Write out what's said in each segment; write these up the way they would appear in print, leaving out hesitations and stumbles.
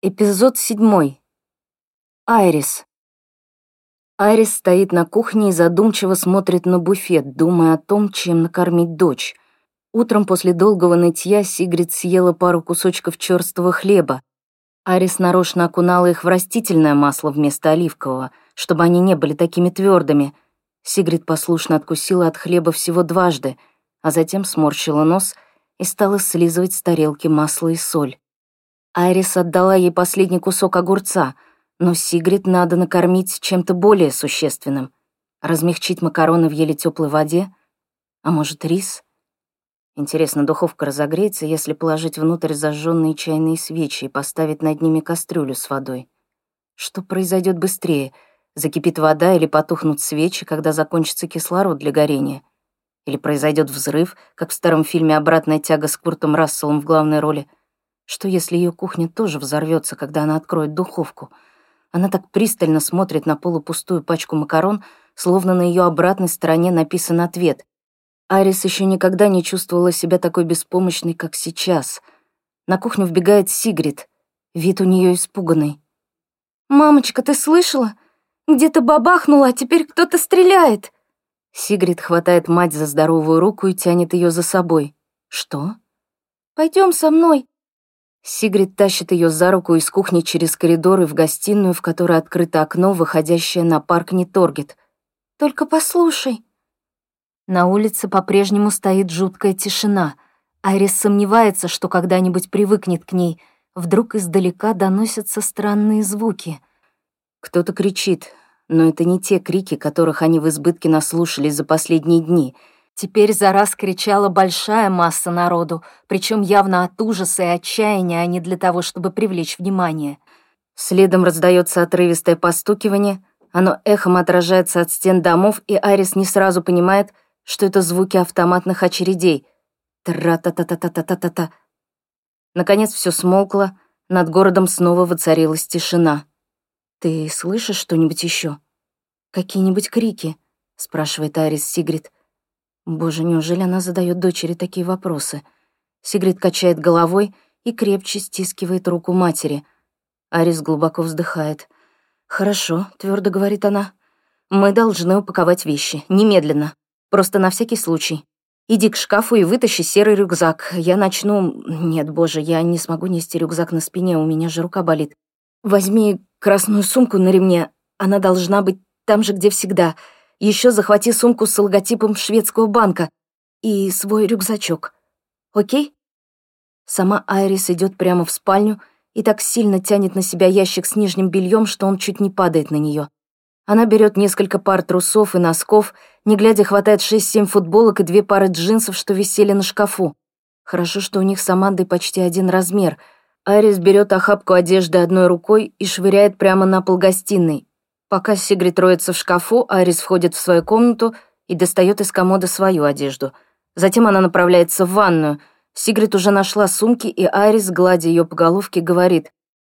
Эпизод 7. Айрис. Айрис стоит на кухне и задумчиво смотрит на буфет, думая о том, чем накормить дочь. Утром после долгого нытья Сигрид съела пару кусочков чёрствого хлеба. Айрис нарочно окунала их в растительное масло вместо оливкового, чтобы они не были такими твердыми. Сигрид послушно откусила от хлеба всего дважды, а затем сморщила нос и стала слизывать с тарелки масло и соль. Айрис отдала ей последний кусок огурца, но Сигрид надо накормить чем-то более существенным. Размягчить макароны в еле теплой воде? А может, рис? Интересно, духовка разогреется, если положить внутрь зажженные чайные свечи и поставить над ними кастрюлю с водой? Что произойдет быстрее? Закипит вода или потухнут свечи, когда закончится кислород для горения? Или произойдет взрыв, как в старом фильме «Обратная тяга» с Куртом Расселом в главной роли? Что если ее кухня тоже взорвется, когда она откроет духовку? Она так пристально смотрит на полупустую пачку макарон, словно на ее обратной стороне написан ответ. Айрис еще никогда не чувствовала себя такой беспомощной, как сейчас. На кухню вбегает Сигрид. Вид у нее испуганный. «Мамочка, ты слышала? Где-то бабахнуло, а теперь кто-то стреляет!» Сигрид хватает мать за здоровую руку и тянет ее за собой. «Что?» «Пойдем со мной!» Сигрид тащит ее за руку из кухни через коридор и в гостиную, в которой открыто окно, выходящее на парк Ниторгет. «Только послушай». На улице по-прежнему стоит жуткая тишина. Айрис сомневается, что когда-нибудь привыкнет к ней. Вдруг издалека доносятся странные звуки. Кто-то кричит, но это не те крики, которых они в избытке наслушались за последние дни. Теперь за раз кричала большая масса народу, причем явно от ужаса и отчаяния, а не для того, чтобы привлечь внимание. Следом раздается отрывистое постукивание, оно эхом отражается от стен домов, и Айрис не сразу понимает, что это звуки автоматных очередей. Тра-та-та-та-та-та-та-та. Наконец все смолкло, над городом снова воцарилась тишина. «Ты слышишь что-нибудь еще? Какие-нибудь крики?» — спрашивает Айрис Сигрид. Боже, неужели она задает дочери такие вопросы? Сигрид качает головой и крепче стискивает руку матери. Айрис глубоко вздыхает. «Хорошо», — твердо говорит она. «Мы должны упаковать вещи. Немедленно. Просто на всякий случай. Иди к шкафу и вытащи серый рюкзак. Я начну... Нет, боже, я не смогу нести рюкзак на спине, у меня же рука болит. Возьми красную сумку на ремне. Она должна быть там же, где всегда. Еще захвати сумку с логотипом шведского банка и свой рюкзачок. Окей?» Сама Айрис идет прямо в спальню и так сильно тянет на себя ящик с нижним бельем, что он чуть не падает на нее. Она берет несколько пар трусов и носков, не глядя хватает 6-7 футболок и 2 пары джинсов, что висели на шкафу. Хорошо, что у них с Амандой почти один размер. Айрис берет охапку одежды одной рукой и швыряет прямо на пол гостиной. Пока Сигрид роется в шкафу, Айрис входит в свою комнату и достает из комода свою одежду. Затем она направляется в ванную. Сигрид уже нашла сумки, и Айрис, гладя ее по головке, говорит: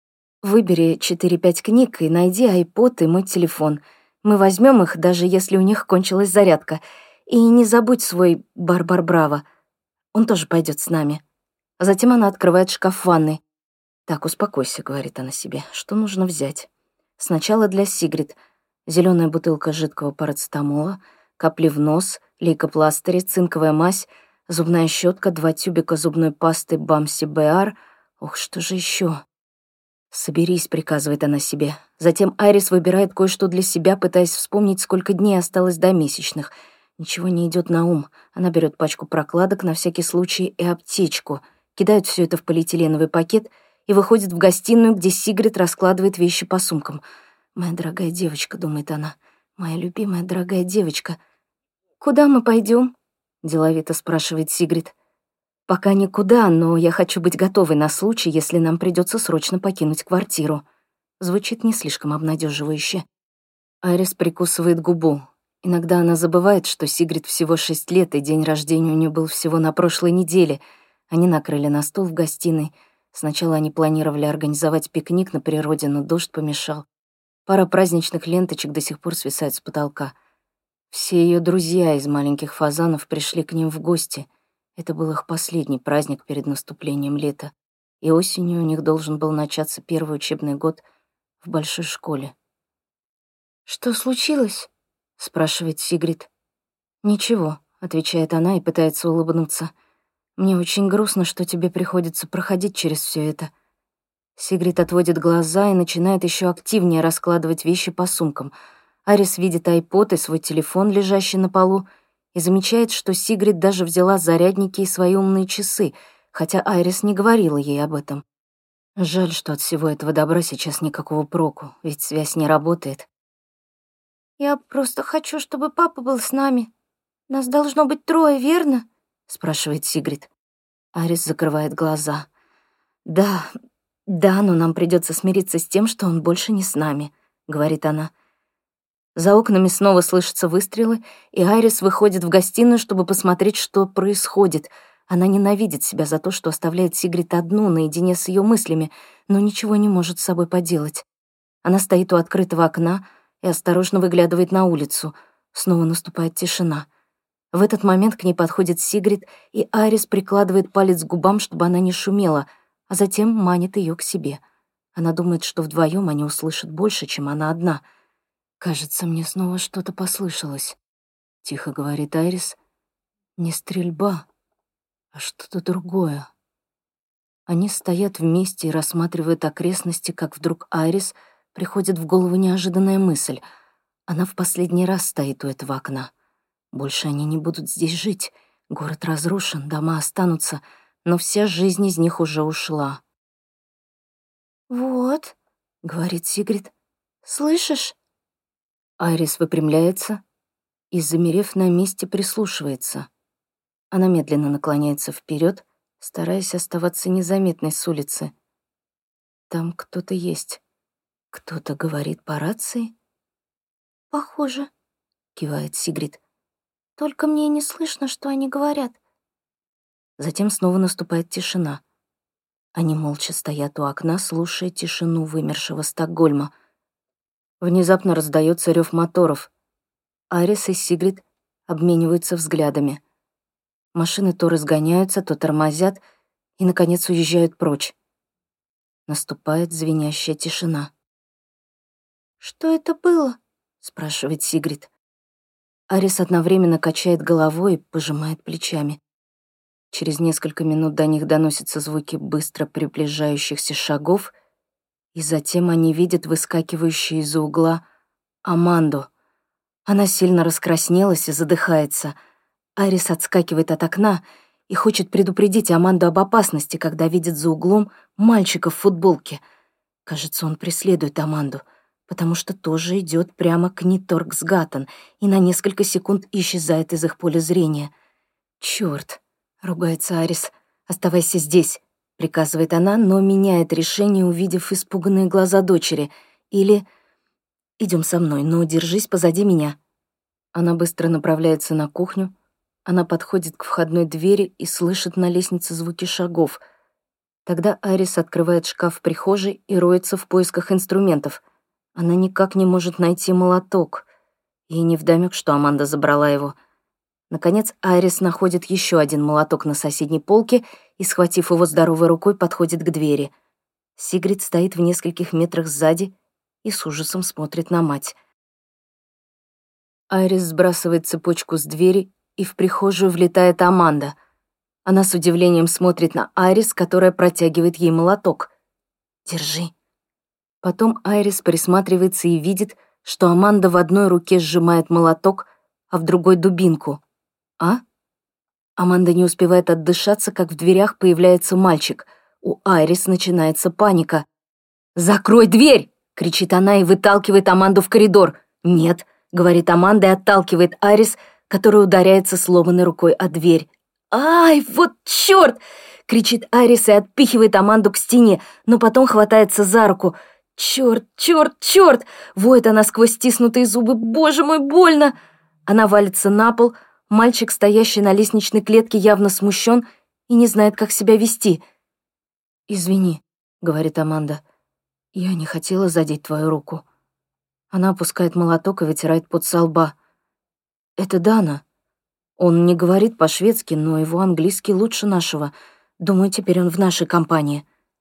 «Выбери 4-5 книг и найди айпод и мой телефон. Мы возьмем их, даже если у них кончилась зарядка. И не забудь свой Барбар Браво. Он тоже пойдет с нами». Затем она открывает шкаф в ванной. «Так, успокойся», — говорит она себе, — «что нужно взять?» Сначала для Сигрид. Зеленая бутылка жидкого парацетамола, капли в нос, лейкопластыри, цинковая мазь, зубная щетка, 2 тюбика зубной пасты Бамси Беар. Ох, что же еще? «Соберись», — приказывает она себе. Затем Айрис выбирает кое-что для себя, пытаясь вспомнить, сколько дней осталось до месячных. Ничего не идет на ум. Она берет пачку прокладок на всякий случай и аптечку, кидает все это в полиэтиленовый пакет и выходит в гостиную, где Сигрид раскладывает вещи по сумкам. «Моя дорогая девочка», — думает она, — «моя любимая дорогая девочка». «Куда мы пойдем? Деловито спрашивает Сигрид. «Пока никуда, но я хочу быть готовой на случай, если нам придется срочно покинуть квартиру». Звучит не слишком обнадеживающе. Айрис прикусывает губу. Иногда она забывает, что Сигрид всего 6 лет, и день рождения у нее был всего на прошлой неделе. Они накрыли на стол в гостиной. Сначала они планировали организовать пикник на природе, но дождь помешал. Пара праздничных ленточек до сих пор свисает с потолка. Все ее друзья из маленьких фазанов пришли к ним в гости. Это был их последний праздник перед наступлением лета. и осенью у них должен был начаться первый учебный год в большой школе. «Что случилось?» — спрашивает Сигрид. «Ничего», — отвечает она и пытается улыбнуться. «Мне очень грустно, что тебе приходится проходить через все это». Сигрид отводит глаза и начинает еще активнее раскладывать вещи по сумкам. Арис видит айпод и свой телефон, лежащий на полу, и замечает, что Сигрид даже взяла зарядники и свои умные часы, хотя Айрис не говорила ей об этом. Жаль, что от всего этого добра сейчас никакого проку, ведь связь не работает. «Я просто хочу, чтобы папа был с нами. Нас должно быть 3, верно?» — спрашивает Сигрид. Арис закрывает глаза. «Да, да, но нам придется смириться с тем, что он больше не с нами», — говорит она. За окнами снова слышатся выстрелы, и Айрис выходит в гостиную, чтобы посмотреть, что происходит. Она ненавидит себя за то, что оставляет Сигрид одну, наедине с ее мыслями, но ничего не может с собой поделать. Она стоит у открытого окна и осторожно выглядывает на улицу. Снова наступает тишина. В этот момент к ней подходит Сигрид, и Айрис прикладывает палец к губам, чтобы она не шумела, а затем манит ее к себе. Она думает, что вдвоем они услышат больше, чем она одна. «Кажется, мне снова что-то послышалось», — тихо говорит Айрис. «Не стрельба, а что-то другое». Они стоят вместе и рассматривают окрестности, как вдруг Айрис приходит в голову неожиданная мысль. Она в последний раз стоит у этого окна. Больше они не будут здесь жить. Город разрушен, дома останутся, но вся жизнь из них уже ушла. «Вот», — говорит Сигрид, — «слышишь?» Айрис выпрямляется и, замерев на месте, прислушивается. Она медленно наклоняется вперед, стараясь оставаться незаметной с улицы. Там кто-то есть. Кто-то говорит по рации? «Похоже», — кивает Сигрид. «только мне не слышно, что они говорят». Затем снова наступает тишина. Они молча стоят у окна, слушая тишину вымершего Стокгольма. Внезапно раздается рев моторов. Айрис и Сигрид обмениваются взглядами. Машины то разгоняются, то тормозят и, наконец, уезжают прочь. Наступает звенящая тишина. «Что это было?» — спрашивает Сигрид. Айрис одновременно качает головой и пожимает плечами. Через несколько минут до них доносятся звуки быстро приближающихся шагов, и затем они видят выскакивающую из-за угла Аманду. Она сильно раскраснелась и задыхается. Айрис отскакивает от окна и хочет предупредить Аманду об опасности, когда видит за углом мальчика в футболке. Кажется, он преследует Аманду, потому что тоже идет прямо к Ниторгсгаттен и на несколько секунд исчезает из их поля зрения. «Чёрт!» — ругается Айрис. «Оставайся здесь!» — приказывает она, но меняет решение, увидев испуганные глаза дочери. Или «Идём со мной, но держись позади меня». Она быстро направляется на кухню. Она подходит к входной двери и слышит на лестнице звуки шагов. Тогда Айрис открывает шкаф в прихожей и роется в поисках инструментов. Она никак не может найти молоток. Ей невдомёк, что Аманда забрала его. Наконец Айрис находит еще один молоток на соседней полке и, схватив его здоровой рукой, подходит к двери. Сигрид стоит в нескольких метрах сзади и с ужасом смотрит на мать. Айрис сбрасывает цепочку с двери, и в прихожую влетает Аманда. Она с удивлением смотрит на Айрис, которая протягивает ей молоток. «Держи». Потом Айрис присматривается и видит, что Аманда в одной руке сжимает молоток, а в другой — дубинку. «А?» Аманда не успевает отдышаться, как в дверях появляется мальчик. У Айрис начинается паника. «Закрой дверь!» — кричит она и выталкивает Аманду в коридор. «Нет», — говорит Аманда и отталкивает Айрис, которая ударяется сломанной рукой о дверь. «Ай, вот чёрт!» — кричит Айрис и отпихивает Аманду к стене, но потом хватается за руку. «Чёрт, чёрт, чёрт!» — воет она сквозь стиснутые зубы. «Боже мой, больно!» Она валится на пол. Мальчик, стоящий на лестничной клетке, явно смущен и не знает, как себя вести. «Извини», — говорит Аманда. «Я не хотела задеть твою руку». Она опускает молоток и вытирает пот со лба. «Это Дана. Он не говорит по-шведски, но его английский лучше нашего. Думаю, теперь он в нашей компании».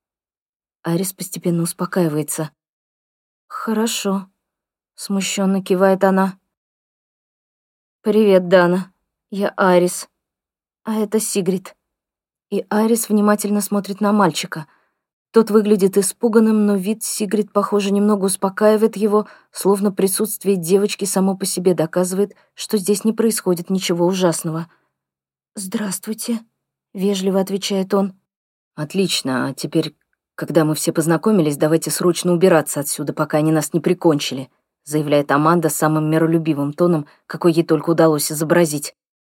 Айрис постепенно успокаивается. «Хорошо», — смущенно кивает она. «Привет, Дана. Я Айрис. А это Сигрид». И Айрис внимательно смотрит на мальчика. Тот выглядит испуганным, но вид Сигрид, похоже, немного успокаивает его, словно присутствие девочки само по себе доказывает, что здесь не происходит ничего ужасного. «Здравствуйте», — вежливо отвечает он. «Отлично, а теперь, когда мы все познакомились, давайте срочно убираться отсюда, пока они нас не прикончили», заявляет Аманда самым миролюбивым тоном, какой ей только удалось изобразить.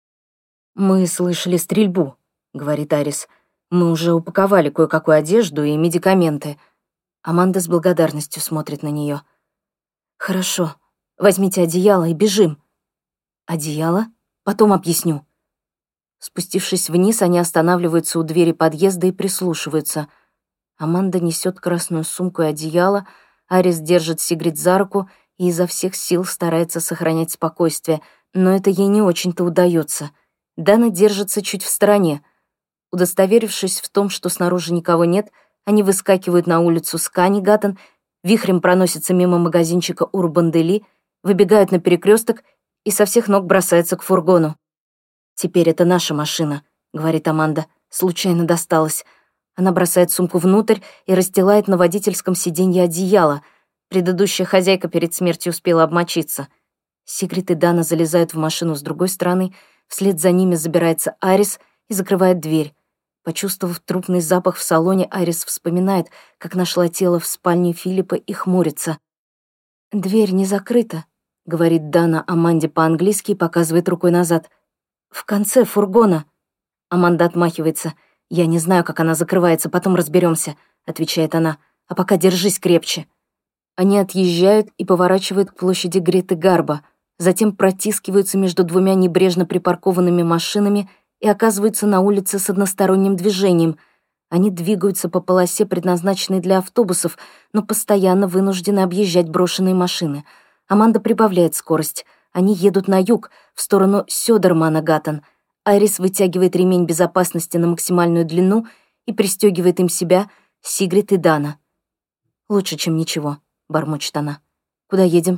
«Мы слышали стрельбу», — говорит Айрис. «Мы уже упаковали кое-какую одежду и медикаменты». Аманда с благодарностью смотрит на нее. «Хорошо, возьмите одеяло и бежим». «Одеяло? Потом объясню». Спустившись вниз, они останавливаются у двери подъезда и прислушиваются. Аманда несет красную сумку и одеяло, Айрис держит Сигрид за руку и изо всех сил старается сохранять спокойствие, но это ей не очень-то удается. Дана держится чуть в стороне. Удостоверившись в том, что снаружи никого нет, они выскакивают на улицу Сканигаттен, вихрем проносятся мимо магазинчика Урбан-Дели, выбегают на перекресток и со всех ног бросаются к фургону. «Теперь это наша машина», — говорит Аманда. «Случайно досталась». Она бросает сумку внутрь и расстилает на водительском сиденье одеяло. Предыдущая хозяйка перед смертью успела обмочиться. Сигрид и Дана залезают в машину с другой стороны, вслед за ними забирается Айрис и закрывает дверь. Почувствовав трупный запах в салоне, Айрис вспоминает, как нашла тело в спальне Филиппа и хмурится. «Дверь не закрыта», — говорит Дана Аманде по-английски и показывает рукой назад. «В конце фургона». Аманда отмахивается. «Я не знаю, как она закрывается, потом разберемся», — отвечает она. «А пока держись крепче». Они отъезжают и поворачивают к площади Греты Гарбо, затем протискиваются между двумя небрежно припаркованными машинами и оказываются на улице с односторонним движением. Они двигаются по полосе, предназначенной для автобусов, но постоянно вынуждены объезжать брошенные машины. Аманда прибавляет скорость. Они едут на юг, в сторону Сёдермана-Гаттен. Айрис вытягивает ремень безопасности на максимальную длину и пристегивает им себя, Сигрид и Дана. «Лучше, чем ничего», — бормочет она. «Куда едем?»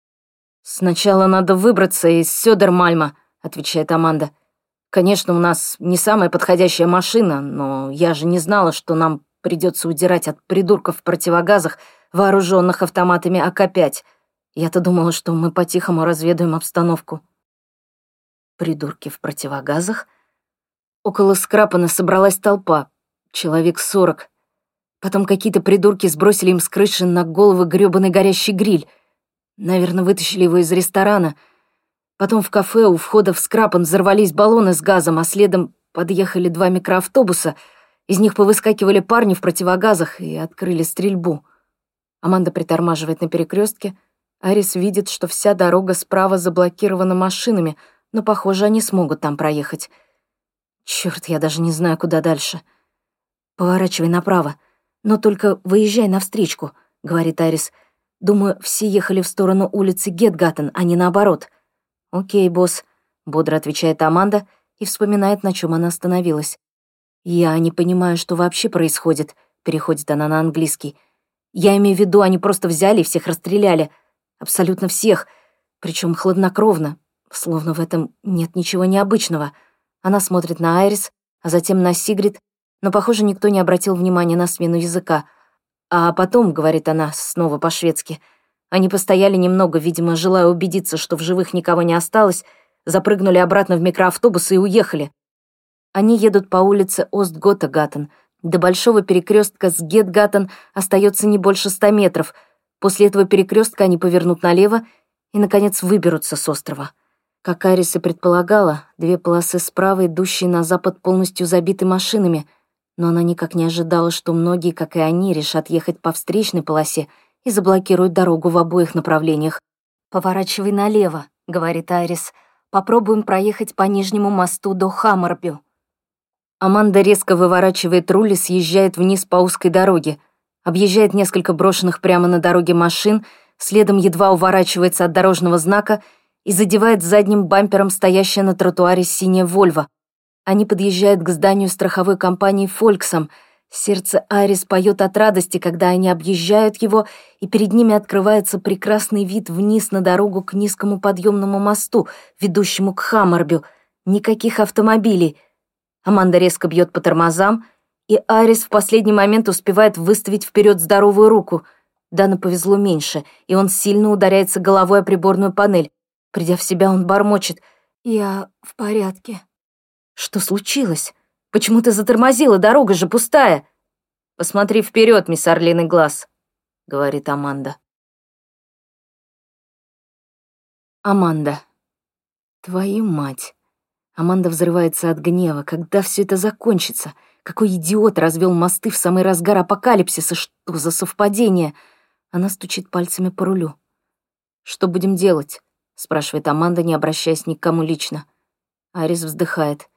«Сначала надо выбраться из Сёдермальма», — отвечает Аманда. «Конечно, у нас не самая подходящая машина, но я же не знала, что нам придется удирать от придурков в противогазах, вооруженных автоматами АК-5. Я-то думала, что мы по-тихому разведаем обстановку». Придурки в противогазах? Около Скрапана собралась толпа, человек 40. Потом какие-то придурки сбросили им с крыши на головы грёбаный горящий гриль. Наверное, вытащили его из ресторана. Потом в кафе у входа в Скрапан взорвались баллоны с газом, а следом подъехали 2 микроавтобуса. Из них повыскакивали парни в противогазах и открыли стрельбу. Аманда притормаживает на перекрестке. Айрис видит, что вся дорога справа заблокирована машинами, но, похоже, они смогут там проехать. Чёрт, я даже не знаю, куда дальше. «Поворачивай направо, но только выезжай навстречку», — говорит Айрис. «Думаю, все ехали в сторону улицы Гетгаттен, а не наоборот». «Окей, босс», — бодро отвечает Аманда и вспоминает, на чем она остановилась. «Я не понимаю, что вообще происходит», — переходит она на английский. «Я имею в виду, они просто взяли и всех расстреляли. Абсолютно всех, причем хладнокровно, словно в этом нет ничего необычного». Она смотрит на Айрис, а затем на Сигрид, но, похоже, никто не обратил внимания на смену языка. «А потом», — говорит она снова по-шведски, «они постояли немного, видимо, желая убедиться, что в живых никого не осталось, запрыгнули обратно в микроавтобус и уехали». Они едут по улице Остгота-Гаттен. До большого перекрестка с Гетгаттен остается не больше 100 метров. После этого перекрестка они повернут налево и, наконец, выберутся с острова. Как Айрис и предполагала, 2 полосы справа, идущие на запад, полностью забиты машинами, но она никак не ожидала, что многие, как и они, решат ехать по встречной полосе и заблокируют дорогу в обоих направлениях. «Поворачивай налево», — говорит Айрис. «Попробуем проехать по нижнему мосту до Хаммарбю». Аманда резко выворачивает руль и съезжает вниз по узкой дороге, объезжает несколько брошенных прямо на дороге машин, следом едва уворачивается от дорожного знака и задевает задним бампером стоящее на тротуаре синее «Вольво». Они подъезжают к зданию страховой компании «Фольксом». Сердце Айрис поет от радости, когда они объезжают его, и перед ними открывается прекрасный вид вниз на дорогу к низкому подъемному мосту, ведущему к Хаммарбю. Никаких автомобилей. Аманда резко бьет по тормозам, и Айрис в последний момент успевает выставить вперед здоровую руку. Дану повезло меньше, и он сильно ударяется головой о приборную панель. Придя в себя, он бормочет: «Я в порядке». «Что случилось? Почему ты затормозила? Дорога же пустая!» «Посмотри вперед, мисс Орлиный глаз», — говорит Аманда. Аманда. Твою мать. Аманда взрывается от гнева. Когда все это закончится? Какой идиот развел мосты в самый разгар апокалипсиса? Что за совпадение? Она стучит пальцами по рулю. «Что будем делать?» — спрашивает Аманда, не обращаясь ни к кому лично. Айрис вздыхает.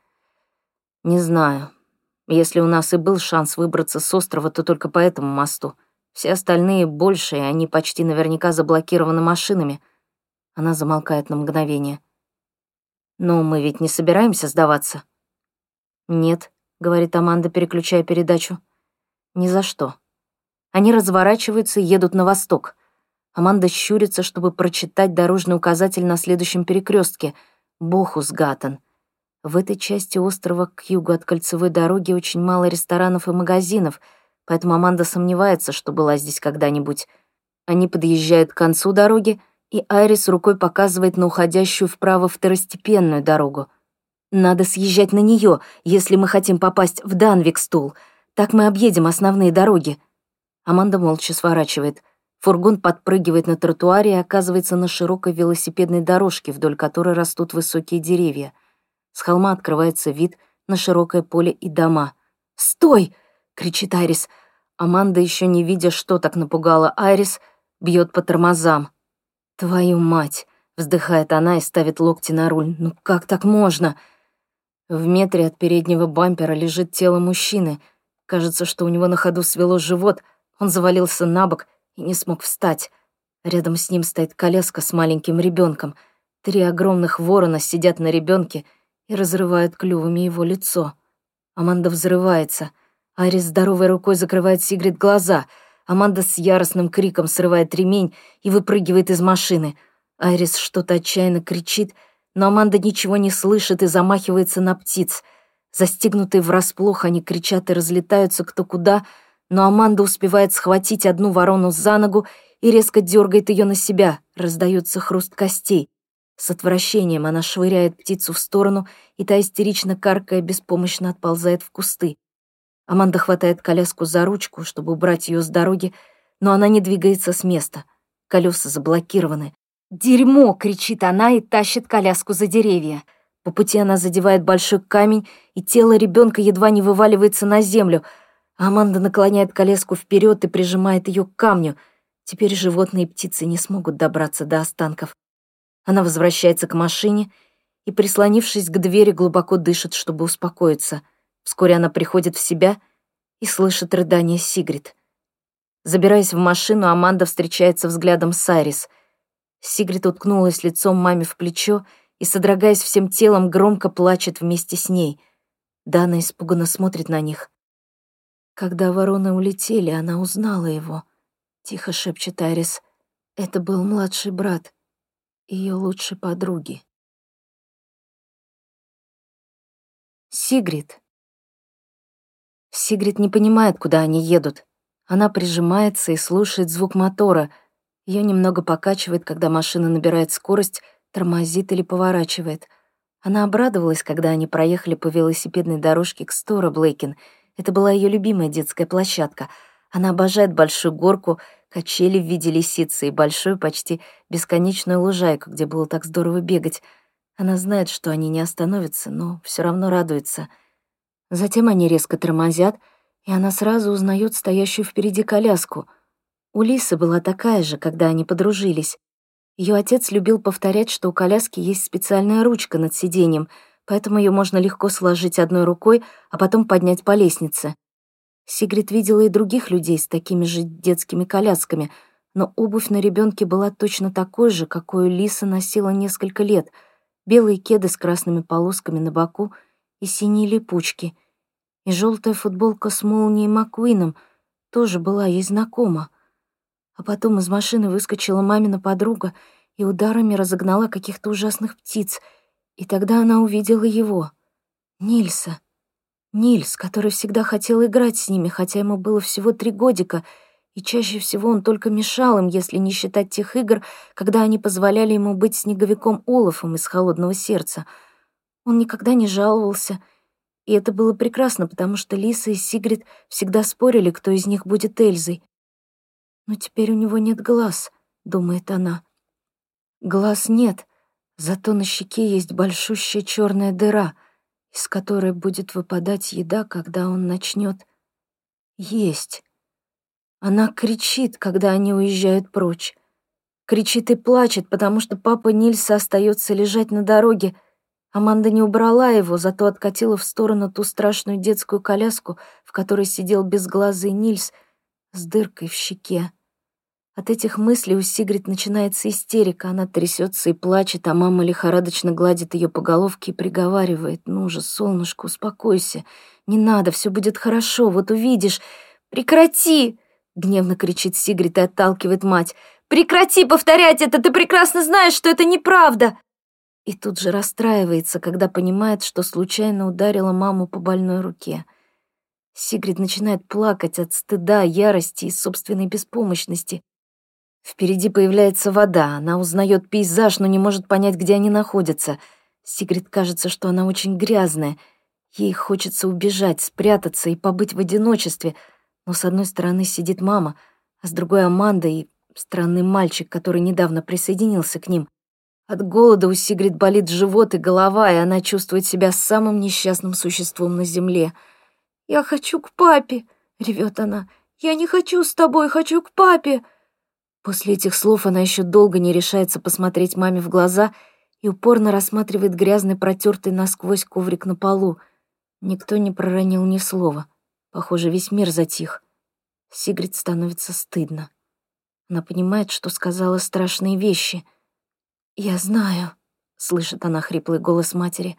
«Не знаю. Если у нас и был шанс выбраться с острова, то только по этому мосту. Все остальные больше, и они почти наверняка заблокированы машинами». Она замолкает на мгновение. «Но мы ведь не собираемся сдаваться?» «Нет», — говорит Аманда, переключая передачу. «Ни за что». Они разворачиваются и едут на восток. Аманда щурится, чтобы прочитать дорожный указатель на следующем перекрестке — Бохусгатен. В этой части острова к югу от кольцевой дороги очень мало ресторанов и магазинов, поэтому Аманда сомневается, что была здесь когда-нибудь. Они подъезжают к концу дороги, и Айрис рукой показывает на уходящую вправо второстепенную дорогу. «Надо съезжать на нее, если мы хотим попасть в Данвикстул. Так мы объедем основные дороги». Аманда молча сворачивает. Фургон подпрыгивает на тротуаре и оказывается на широкой велосипедной дорожке, вдоль которой растут высокие деревья. С холма открывается вид на широкое поле и дома. «Стой!» — кричит Айрис. Аманда, еще не видя, что так напугала Айрис, бьет по тормозам. «Твою мать!» — вздыхает она и ставит локти на руль. «Ну как так можно?» В метре от переднего бампера лежит тело мужчины. Кажется, что у него на ходу свело живот, он завалился на бок и не смог встать. Рядом с ним стоит коляска с маленьким ребенком. 3 огромных ворона сидят на ребенке и разрывают клювами его лицо. Аманда взрывается. Айрис здоровой рукой закрывает Сигрид глаза. Аманда с яростным криком срывает ремень и выпрыгивает из машины. Айрис что-то отчаянно кричит, но Аманда ничего не слышит и замахивается на птиц. Застигнутые врасплох, они кричат и разлетаются кто куда, но Аманда успевает схватить одну ворону за ногу и резко дергает ее на себя. Раздается хруст костей. С отвращением она швыряет птицу в сторону, и та, истерично каркая, беспомощно отползает в кусты. Аманда хватает коляску за ручку, чтобы убрать ее с дороги, но она не двигается с места. Колеса заблокированы. «Дерьмо!» — кричит она и тащит коляску за деревья. По пути она задевает большой камень, и тело ребенка едва не вываливается на землю. Аманда наклоняет коляску вперед и прижимает ее к камню. Теперь животные и птицы не смогут добраться до останков. Она возвращается к машине и, прислонившись к двери, глубоко дышит, чтобы успокоиться. Вскоре она приходит в себя и слышит рыдание Сигрид. Забираясь в машину, Аманда встречается взглядом с Айрис. Сигрид уткнулась лицом маме в плечо и, содрогаясь всем телом, громко плачет вместе с ней. Дана испуганно смотрит на них. «Когда вороны улетели, она узнала его», — тихо шепчет Айрис. «Это был младший брат ее лучшей подруги». Сигрид. Сигрид не понимает, куда они едут. Она прижимается и слушает звук мотора. Ее немного покачивает, когда машина набирает скорость, тормозит или поворачивает. Она обрадовалась, когда они проехали по велосипедной дорожке к Стора Блейкен. Это была ее любимая детская площадка. Она обожает большую горку, качели в виде лисицы и большую, почти бесконечную лужайку, где было так здорово бегать. Она знает, что они не остановятся, но все равно радуется. Затем они резко тормозят, и она сразу узнает стоящую впереди коляску. У Лисы была такая же, когда они подружились. Ее отец любил повторять, что у коляски есть специальная ручка над сиденьем, поэтому ее можно легко сложить одной рукой, а потом поднять по лестнице. Сигрид видела и других людей с такими же детскими колясками, но обувь на ребенке была точно такой же, какую Лиса носила несколько лет. Белые кеды с красными полосками на боку и синие липучки. И желтая футболка с молнией Маккуином тоже была ей знакома. А потом из машины выскочила мамина подруга и ударами разогнала каких-то ужасных птиц. И тогда она увидела его, Нильса. Нильс, который всегда хотел играть с ними, хотя ему было всего 3 годика, и чаще всего он только мешал им, если не считать тех игр, когда они позволяли ему быть снеговиком Олафом из «Холодного сердца». Он никогда не жаловался, и это было прекрасно, потому что Лиса и Сигрид всегда спорили, кто из них будет Эльзой. «Но теперь у него нет глаз», — думает она. Глаз нет, зато на щеке есть большущая черная дыра, из которой будет выпадать еда, когда он начнет есть. Она кричит, когда они уезжают прочь. Кричит и плачет, потому что папа Нильса остается лежать на дороге. Аманда не убрала его, зато откатила в сторону ту страшную детскую коляску, в которой сидел безглазый Нильс с дыркой в щеке. От этих мыслей у Сигрид начинается истерика. Она трясется и плачет, а мама лихорадочно гладит ее по головке и приговаривает: «Ну же, солнышко, успокойся. Не надо, все будет хорошо, вот увидишь». «Прекрати!» — гневно кричит Сигрид и отталкивает мать. «Прекрати повторять это! Ты прекрасно знаешь, что это неправда!» И тут же расстраивается, когда понимает, что случайно ударила маму по больной руке. Сигрид начинает плакать от стыда, ярости и собственной беспомощности. Впереди появляется вода, она узнает пейзаж, но не может понять, где они находятся. Сигрид кажется, что она очень грязная. Ей хочется убежать, спрятаться и побыть в одиночестве. Но с одной стороны сидит мама, а с другой Аманда и странный мальчик, который недавно присоединился к ним. От голода у Сигрид болит живот и голова, и она чувствует себя самым несчастным существом на земле. «Я хочу к папе!» — ревет она. «Я не хочу с тобой, хочу к папе!» После этих слов она еще долго не решается посмотреть маме в глаза и упорно рассматривает грязный, протертый насквозь коврик на полу. Никто не проронил ни слова. Похоже, весь мир затих. Сигрид становится стыдно. Она понимает, что сказала страшные вещи. «Я знаю», — слышит она хриплый голос матери.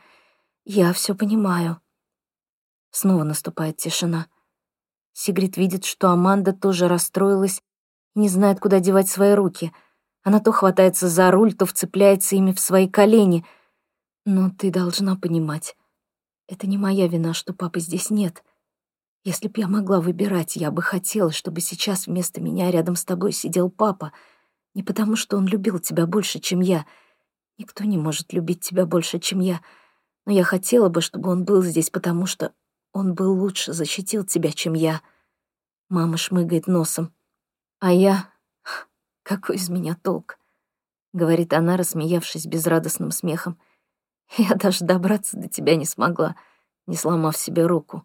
«Я все понимаю». Снова наступает тишина. Сигрид видит, что Аманда тоже расстроилась и не знает, куда девать свои руки. Она то хватается за руль, то вцепляется ими в свои колени. «Но ты должна понимать, это не моя вина, что папы здесь нет. Если б я могла выбирать, я бы хотела, чтобы сейчас вместо меня рядом с тобой сидел папа. Не потому, что он любил тебя больше, чем я. Никто не может любить тебя больше, чем я. Но я хотела бы, чтобы он был здесь, потому что он бы лучше защитил тебя, чем я». Мама шмыгает носом. «А я... Какой из меня толк?» — говорит она, рассмеявшись безрадостным смехом. «Я даже добраться до тебя не смогла, не сломав себе руку».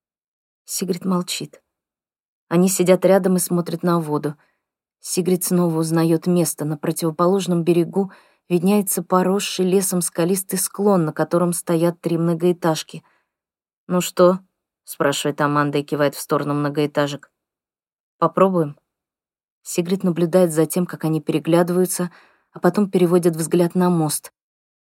Сигрид молчит. Они сидят рядом и смотрят на воду. Сигрид снова узнает место. На противоположном берегу видняется поросший лесом скалистый склон, на котором стоят 3 многоэтажки. «Ну что?» — спрашивает Аманда и кивает в сторону многоэтажек. «Попробуем?» Сигрид наблюдает за тем, как они переглядываются, а потом переводит взгляд на мост.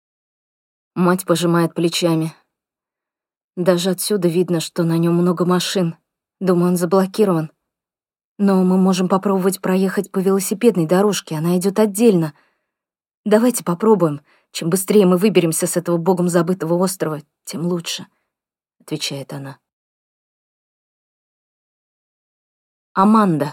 Мать пожимает плечами. Даже отсюда видно, что на нем много машин. Думаю, он заблокирован. Но мы можем попробовать проехать по велосипедной дорожке, она идет отдельно. Давайте попробуем. Чем быстрее мы выберемся с этого богом забытого острова, тем лучше, отвечает она. Аманда.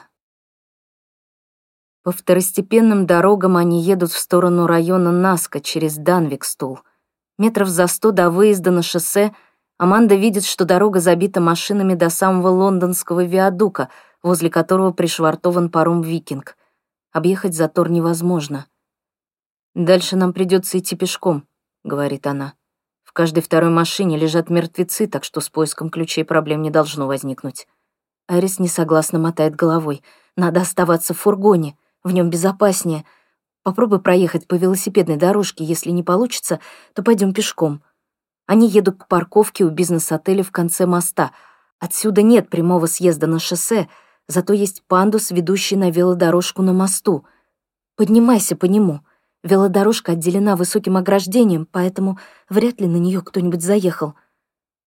По второстепенным дорогам они едут в сторону района Наска через Данвикстул. Метров за 100 до выезда на шоссе Аманда видит, что дорога забита машинами до самого лондонского виадука, возле которого пришвартован паром «Викинг». Объехать затор невозможно. «Дальше нам придется идти пешком», — говорит она. «В каждой второй машине лежат мертвецы, так что с поиском ключей проблем не должно возникнуть». Айрис несогласно мотает головой. «Надо оставаться в фургоне, в нем безопаснее. Попробуй проехать по велосипедной дорожке, если не получится, то пойдем пешком». Они едут к парковке у бизнес-отеля в конце моста. Отсюда нет прямого съезда на шоссе, зато есть пандус, ведущий на велодорожку на мосту. Поднимайся по нему. Велодорожка отделена высоким ограждением, поэтому вряд ли на нее кто-нибудь заехал.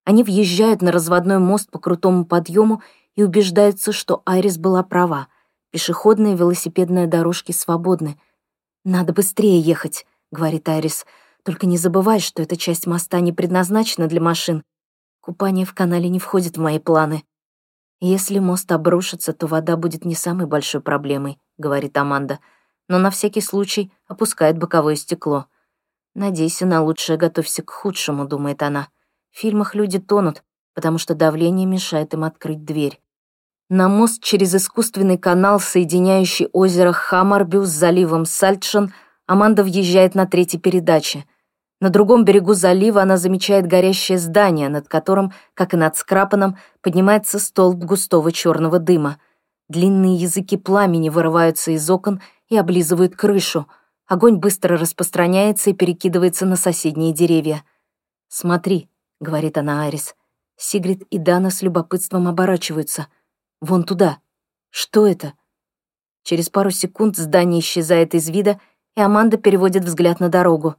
Они въезжают на разводной мост по крутому подъему и убеждаются, что Айрис была права. Пешеходные и велосипедные дорожки свободны. «Надо быстрее ехать», — говорит Айрис. «Только не забывай, что эта часть моста не предназначена для машин. Купание в канале не входит в мои планы». «Если мост обрушится, то вода будет не самой большой проблемой», — говорит Аманда, но на всякий случай опускает боковое стекло. «Надейся на лучшее, готовься к худшему», — думает она. В фильмах люди тонут, потому что давление мешает им открыть дверь. На мост через искусственный канал, соединяющий озеро Хаммарбю с заливом Сальтшен, Аманда въезжает на третьей передаче. На другом берегу залива она замечает горящее здание, над которым, как и над Скрапаном, поднимается столб густого черного дыма. Длинные языки пламени вырываются из окон и облизывают крышу. Огонь быстро распространяется и перекидывается на соседние деревья. «Смотри», — говорит она Айрис. Сигрид и Дана с любопытством оборачиваются. «Вон туда. Что это?» Через пару секунд здание исчезает из вида, и Аманда переводит взгляд на дорогу.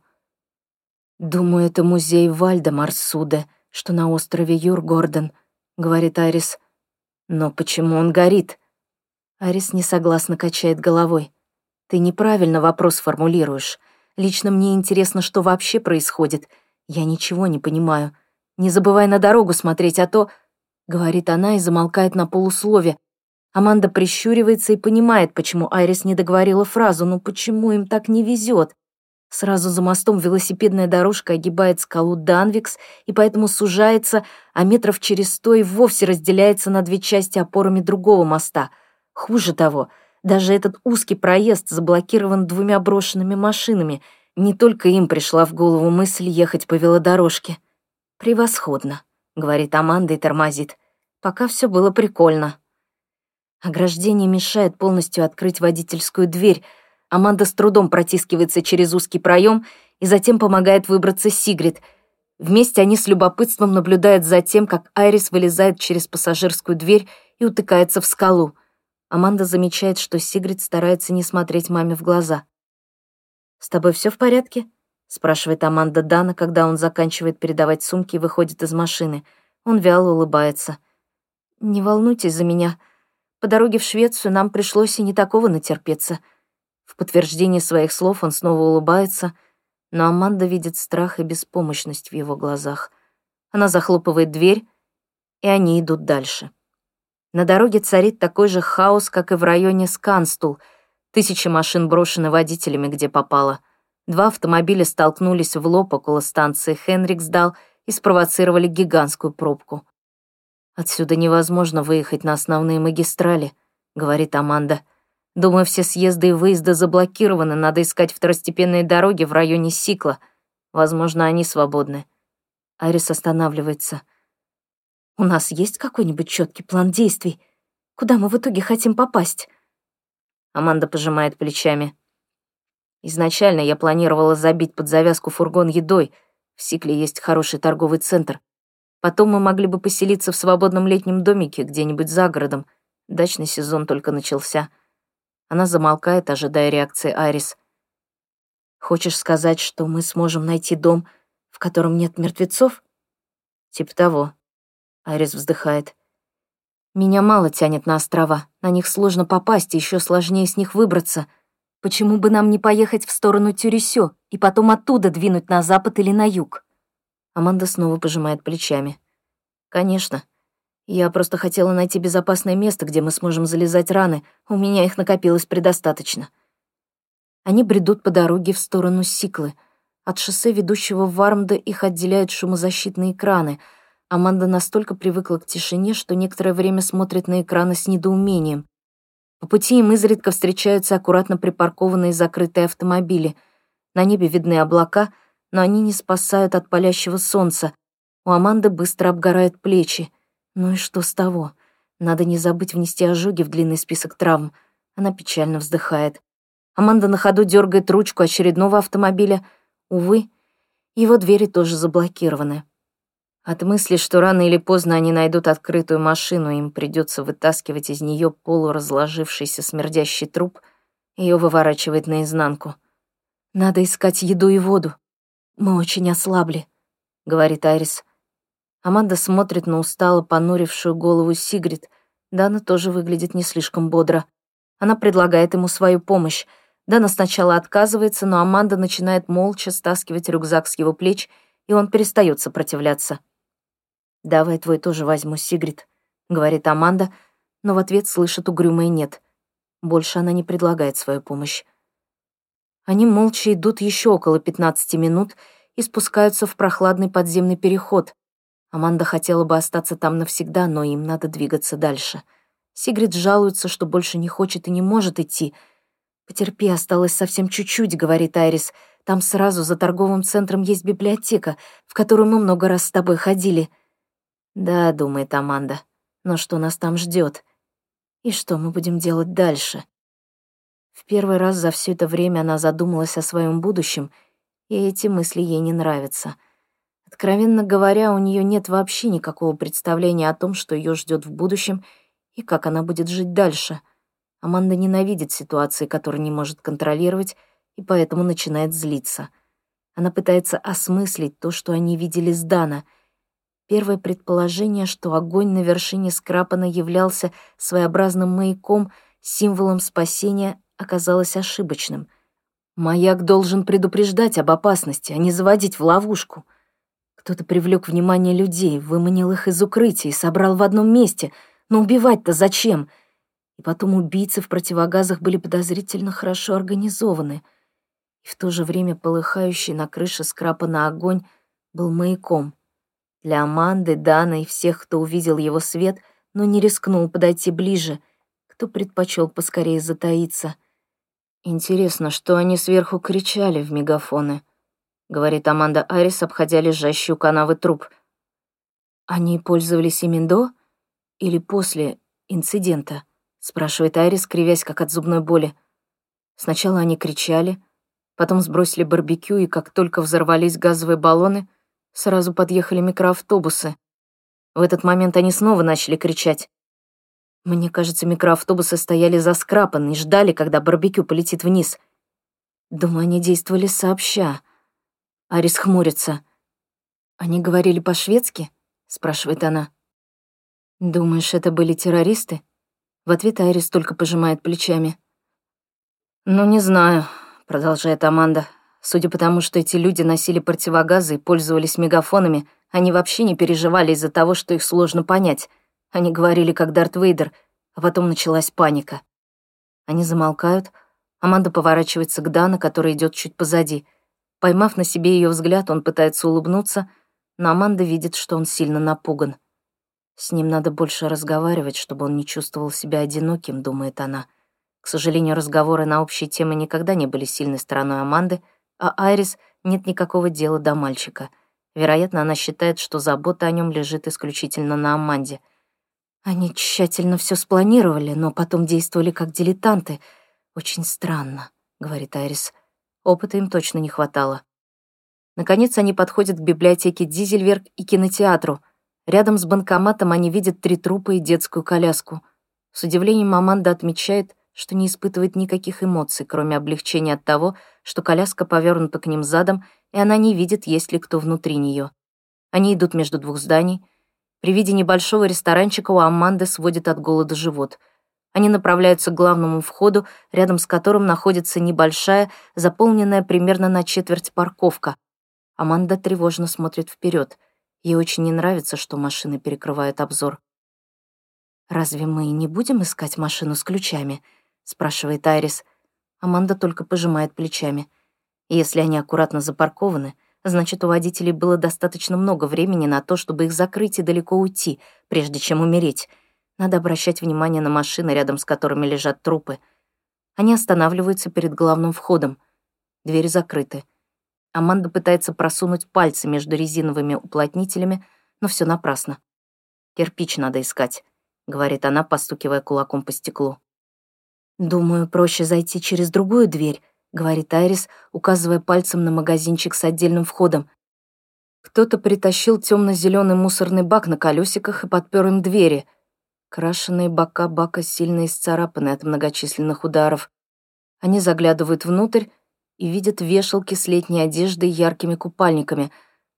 «Думаю, это музей Вальдемарсуде, что на острове Юргорден», — говорит Айрис. «Но почему он горит?» Айрис несогласно качает головой. «Ты неправильно вопрос формулируешь. Лично мне интересно, что вообще происходит. Я ничего не понимаю. Не забывай на дорогу смотреть, а то...» — говорит она и замолкает на полуслове. Аманда прищуривается и понимает, почему Айрис не договорила фразу. Ну почему им так не везет? Сразу за мостом велосипедная дорожка огибает скалу Данвикс и поэтому сужается, а метров через 100 и вовсе разделяется на две части опорами другого моста. Хуже того, даже этот узкий проезд заблокирован двумя брошенными машинами. Не только им пришла в голову мысль ехать по велодорожке. «Превосходно», — говорит Аманда и тормозит. «Пока все было прикольно». Ограждение мешает полностью открыть водительскую дверь. Аманда с трудом протискивается через узкий проем и затем помогает выбраться Сигрид. Вместе они с любопытством наблюдают за тем, как Айрис вылезает через пассажирскую дверь и утыкается в скалу. Аманда замечает, что Сигрид старается не смотреть маме в глаза. «С тобой все в порядке?» — спрашивает Аманда Дана, когда он заканчивает передавать сумки и выходит из машины. Он вяло улыбается. «Не волнуйтесь за меня. По дороге в Швецию нам пришлось и не такого натерпеться». В подтверждение своих слов он снова улыбается, но Аманда видит страх и беспомощность в его глазах. Она захлопывает дверь, и они идут дальше. На дороге царит такой же хаос, как и в районе Сканстул. Тысячи машин брошены водителями, где попало. 2 автомобиля столкнулись в лоб около станции Хенриксдал и спровоцировали гигантскую пробку. «Отсюда невозможно выехать на основные магистрали», — говорит Аманда. «Думаю, все съезды и выезды заблокированы, надо искать второстепенные дороги в районе Сикла. Возможно, они свободны». Айрис останавливается. «У нас есть какой-нибудь четкий план действий? Куда мы в итоге хотим попасть?» Аманда пожимает плечами. «Изначально я планировала забить под завязку фургон едой. В Сикле есть хороший торговый центр. Потом мы могли бы поселиться в свободном летнем домике где-нибудь за городом. Дачный сезон только начался». Она замолкает, ожидая реакции Айрис. «Хочешь сказать, что мы сможем найти дом, в котором нет мертвецов?» «Типа того». Айрис вздыхает. «Меня мало тянет на острова. На них сложно попасть, и еще сложнее с них выбраться. Почему бы нам не поехать в сторону Тюресё и потом оттуда двинуть на запад или на юг?» Аманда снова пожимает плечами. «Конечно. Я просто хотела найти безопасное место, где мы сможем залезать раны. У меня их накопилось предостаточно». Они бредут по дороге в сторону Сиклы. От шоссе, ведущего в Вармде, их отделяют шумозащитные экраны. Аманда настолько привыкла к тишине, что некоторое время смотрит на экраны с недоумением. По пути им изредка встречаются аккуратно припаркованные закрытые автомобили. На небе видны облака, но они не спасают от палящего солнца. У Аманды быстро обгорают плечи. Ну и что с того? Надо не забыть внести ожоги в длинный список травм. Она печально вздыхает. Аманда на ходу дергает ручку очередного автомобиля. Увы, его двери тоже заблокированы. От мысли, что рано или поздно они найдут открытую машину, им придется вытаскивать из нее полуразложившийся смердящий труп, ее выворачивает наизнанку. «Надо искать еду и воду. Мы очень ослабли», — говорит Айрис. Аманда смотрит на устало понурившую голову Сигрид. Дана тоже выглядит не слишком бодро. Она предлагает ему свою помощь. Дана сначала отказывается, но Аманда начинает молча стаскивать рюкзак с его плеч, и он перестает сопротивляться. «Давай твой тоже возьму, Сигрид», — говорит Аманда, но в ответ слышит угрюмое «нет». Больше она не предлагает свою помощь. Они молча идут еще около 15 минут и спускаются в прохладный подземный переход. Аманда хотела бы остаться там навсегда, но им надо двигаться дальше. Сигрид жалуется, что больше не хочет и не может идти. «Потерпи, осталось совсем чуть-чуть», — говорит Айрис. «Там сразу за торговым центром есть библиотека, в которую мы много раз с тобой ходили». «Да», — думает Аманда, — «но что нас там ждет? И что мы будем делать дальше?» В первый раз за все это время она задумалась о своем будущем, и эти мысли ей не нравятся. Откровенно говоря, у нее нет вообще никакого представления о том, что ее ждет в будущем и как она будет жить дальше. Аманда ненавидит ситуации, которые не может контролировать, и поэтому начинает злиться. Она пытается осмыслить то, что они видели с Дана. Первое предположение, что огонь на вершине Скрапана являлся своеобразным маяком, символом спасения, оказалось ошибочным. Маяк должен предупреждать об опасности, а не заводить в ловушку. Кто-то привлек внимание людей, выманил их из укрытия и собрал в одном месте. Но убивать-то зачем? И потом убийцы в противогазах были подозрительно хорошо организованы. И в то же время полыхающий на крыше Скрапана огонь был маяком. Для Аманды, Дана и всех, кто увидел его свет, но не рискнул подойти ближе, кто предпочел поскорее затаиться. «Интересно, что они сверху кричали в мегафоны», — говорит Аманда Айрис, обходя лежащий у канавы труп. «Они пользовались ими до или после инцидента?» — спрашивает Айрис, кривясь, как от зубной боли. Сначала они кричали, потом сбросили барбекю, и как только взорвались газовые баллоны, сразу подъехали микроавтобусы. В этот момент они снова начали кричать. Мне кажется, микроавтобусы стояли за Скрапан и ждали, когда барбекю полетит вниз. Думаю, они действовали сообща. Арис хмурится. «Они говорили по-шведски?» — спрашивает она. «Думаешь, это были террористы?» В ответ Арис только пожимает плечами. «Ну, не знаю», — продолжает Аманда. «Судя по тому, что эти люди носили противогазы и пользовались мегафонами, они вообще не переживали из-за того, что их сложно понять. Они говорили, как Дарт Вейдер, а потом началась паника». Они замолкают. Аманда поворачивается к Дана, который идет чуть позади. Поймав на себе ее взгляд, он пытается улыбнуться, но Аманда видит, что он сильно напуган. «С ним надо больше разговаривать, чтобы он не чувствовал себя одиноким», — думает она. К сожалению, разговоры на общие темы никогда не были сильной стороной Аманды, а Айрис нет никакого дела до мальчика. Вероятно, она считает, что забота о нем лежит исключительно на Аманде. Они тщательно все спланировали, но потом действовали как дилетанты. «Очень странно», — говорит Айрис. Опыта им точно не хватало. Наконец они подходят к библиотеке Дизельверг и кинотеатру. Рядом с банкоматом они видят 3 трупа и детскую коляску. С удивлением Аманда отмечает, что не испытывает никаких эмоций, кроме облегчения от того, что коляска повернута к ним задом, и она не видит, есть ли кто внутри нее. Они идут между 2 зданий. При виде небольшого ресторанчика у Аманды сводит от голода живот. Они направляются к главному входу, рядом с которым находится небольшая, заполненная примерно на четверть парковка. Аманда тревожно смотрит вперед. Ей очень не нравится, что машины перекрывают обзор. «Разве мы не будем искать машину с ключами?» — спрашивает Айрис. Аманда только пожимает плечами. Если они аккуратно запаркованы, значит, у водителей было достаточно много времени на то, чтобы их закрыть и далеко уйти, прежде чем умереть. Надо обращать внимание на машины, рядом с которыми лежат трупы. Они останавливаются перед главным входом. Двери закрыты. Аманда пытается просунуть пальцы между резиновыми уплотнителями, но все напрасно. «Кирпич надо искать», — говорит она, постукивая кулаком по стеклу. «Думаю, проще зайти через другую дверь», — говорит Айрис, указывая пальцем на магазинчик с отдельным входом. Кто-то притащил темно-зеленый мусорный бак на колесиках и подпер им двери. Крашеные бока бака сильно исцарапаны от многочисленных ударов. Они заглядывают внутрь и видят вешалки с летней одеждой и яркими купальниками.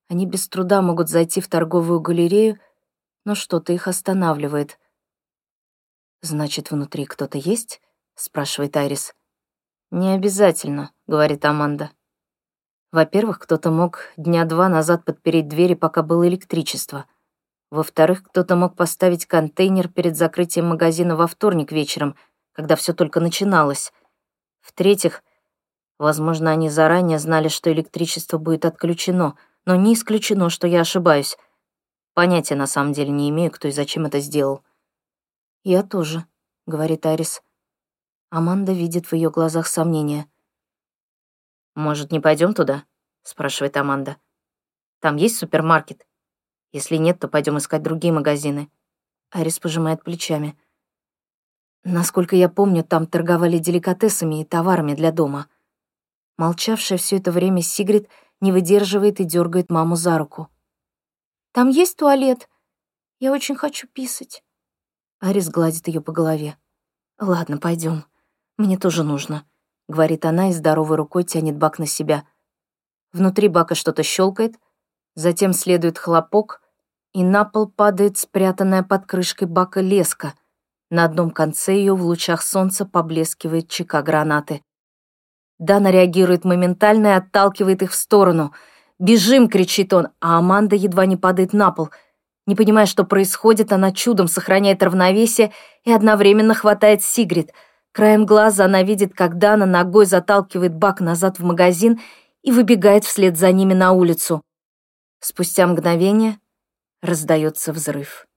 Они без труда могут зайти в торговую галерею, но что-то их останавливает. «Значит, внутри кто-то есть?» — спрашивает Айрис. «Не обязательно», — говорит Аманда. «Во-первых, кто-то мог дня 2 назад подпереть двери, пока было электричество. Во-вторых, кто-то мог поставить контейнер перед закрытием магазина во вторник вечером, когда все только начиналось. В-третьих, возможно, они заранее знали, что электричество будет отключено, но не исключено, что я ошибаюсь. Понятия на самом деле не имею, кто и зачем это сделал». «Я тоже», — говорит Айрис. Аманда видит в ее глазах сомнения. «Может, не пойдем туда?» — спрашивает Аманда. «Там есть супермаркет? Если нет, то пойдем искать другие магазины». Айрис пожимает плечами. Насколько я помню, там торговали деликатесами и товарами для дома. Молчавшая все это время Сигрид не выдерживает и дергает маму за руку. Там есть туалет? Я очень хочу писать. Айрис гладит ее по голове. «Ладно, пойдем. Мне тоже нужно», — говорит она и здоровой рукой тянет бак на себя. Внутри бака что-то щелкает, затем следует хлопок, и на пол падает спрятанная под крышкой бака леска. На одном конце ее в лучах солнца поблескивает чека гранаты. Дана реагирует моментально и отталкивает их в сторону. «Бежим!» — кричит он, а Аманда едва не падает на пол. Не понимая, что происходит, она чудом сохраняет равновесие и одновременно хватает Сигрид. Краем глаза она видит, как Дана ногой заталкивает бак назад в магазин и выбегает вслед за ними на улицу. Спустя мгновение раздается взрыв.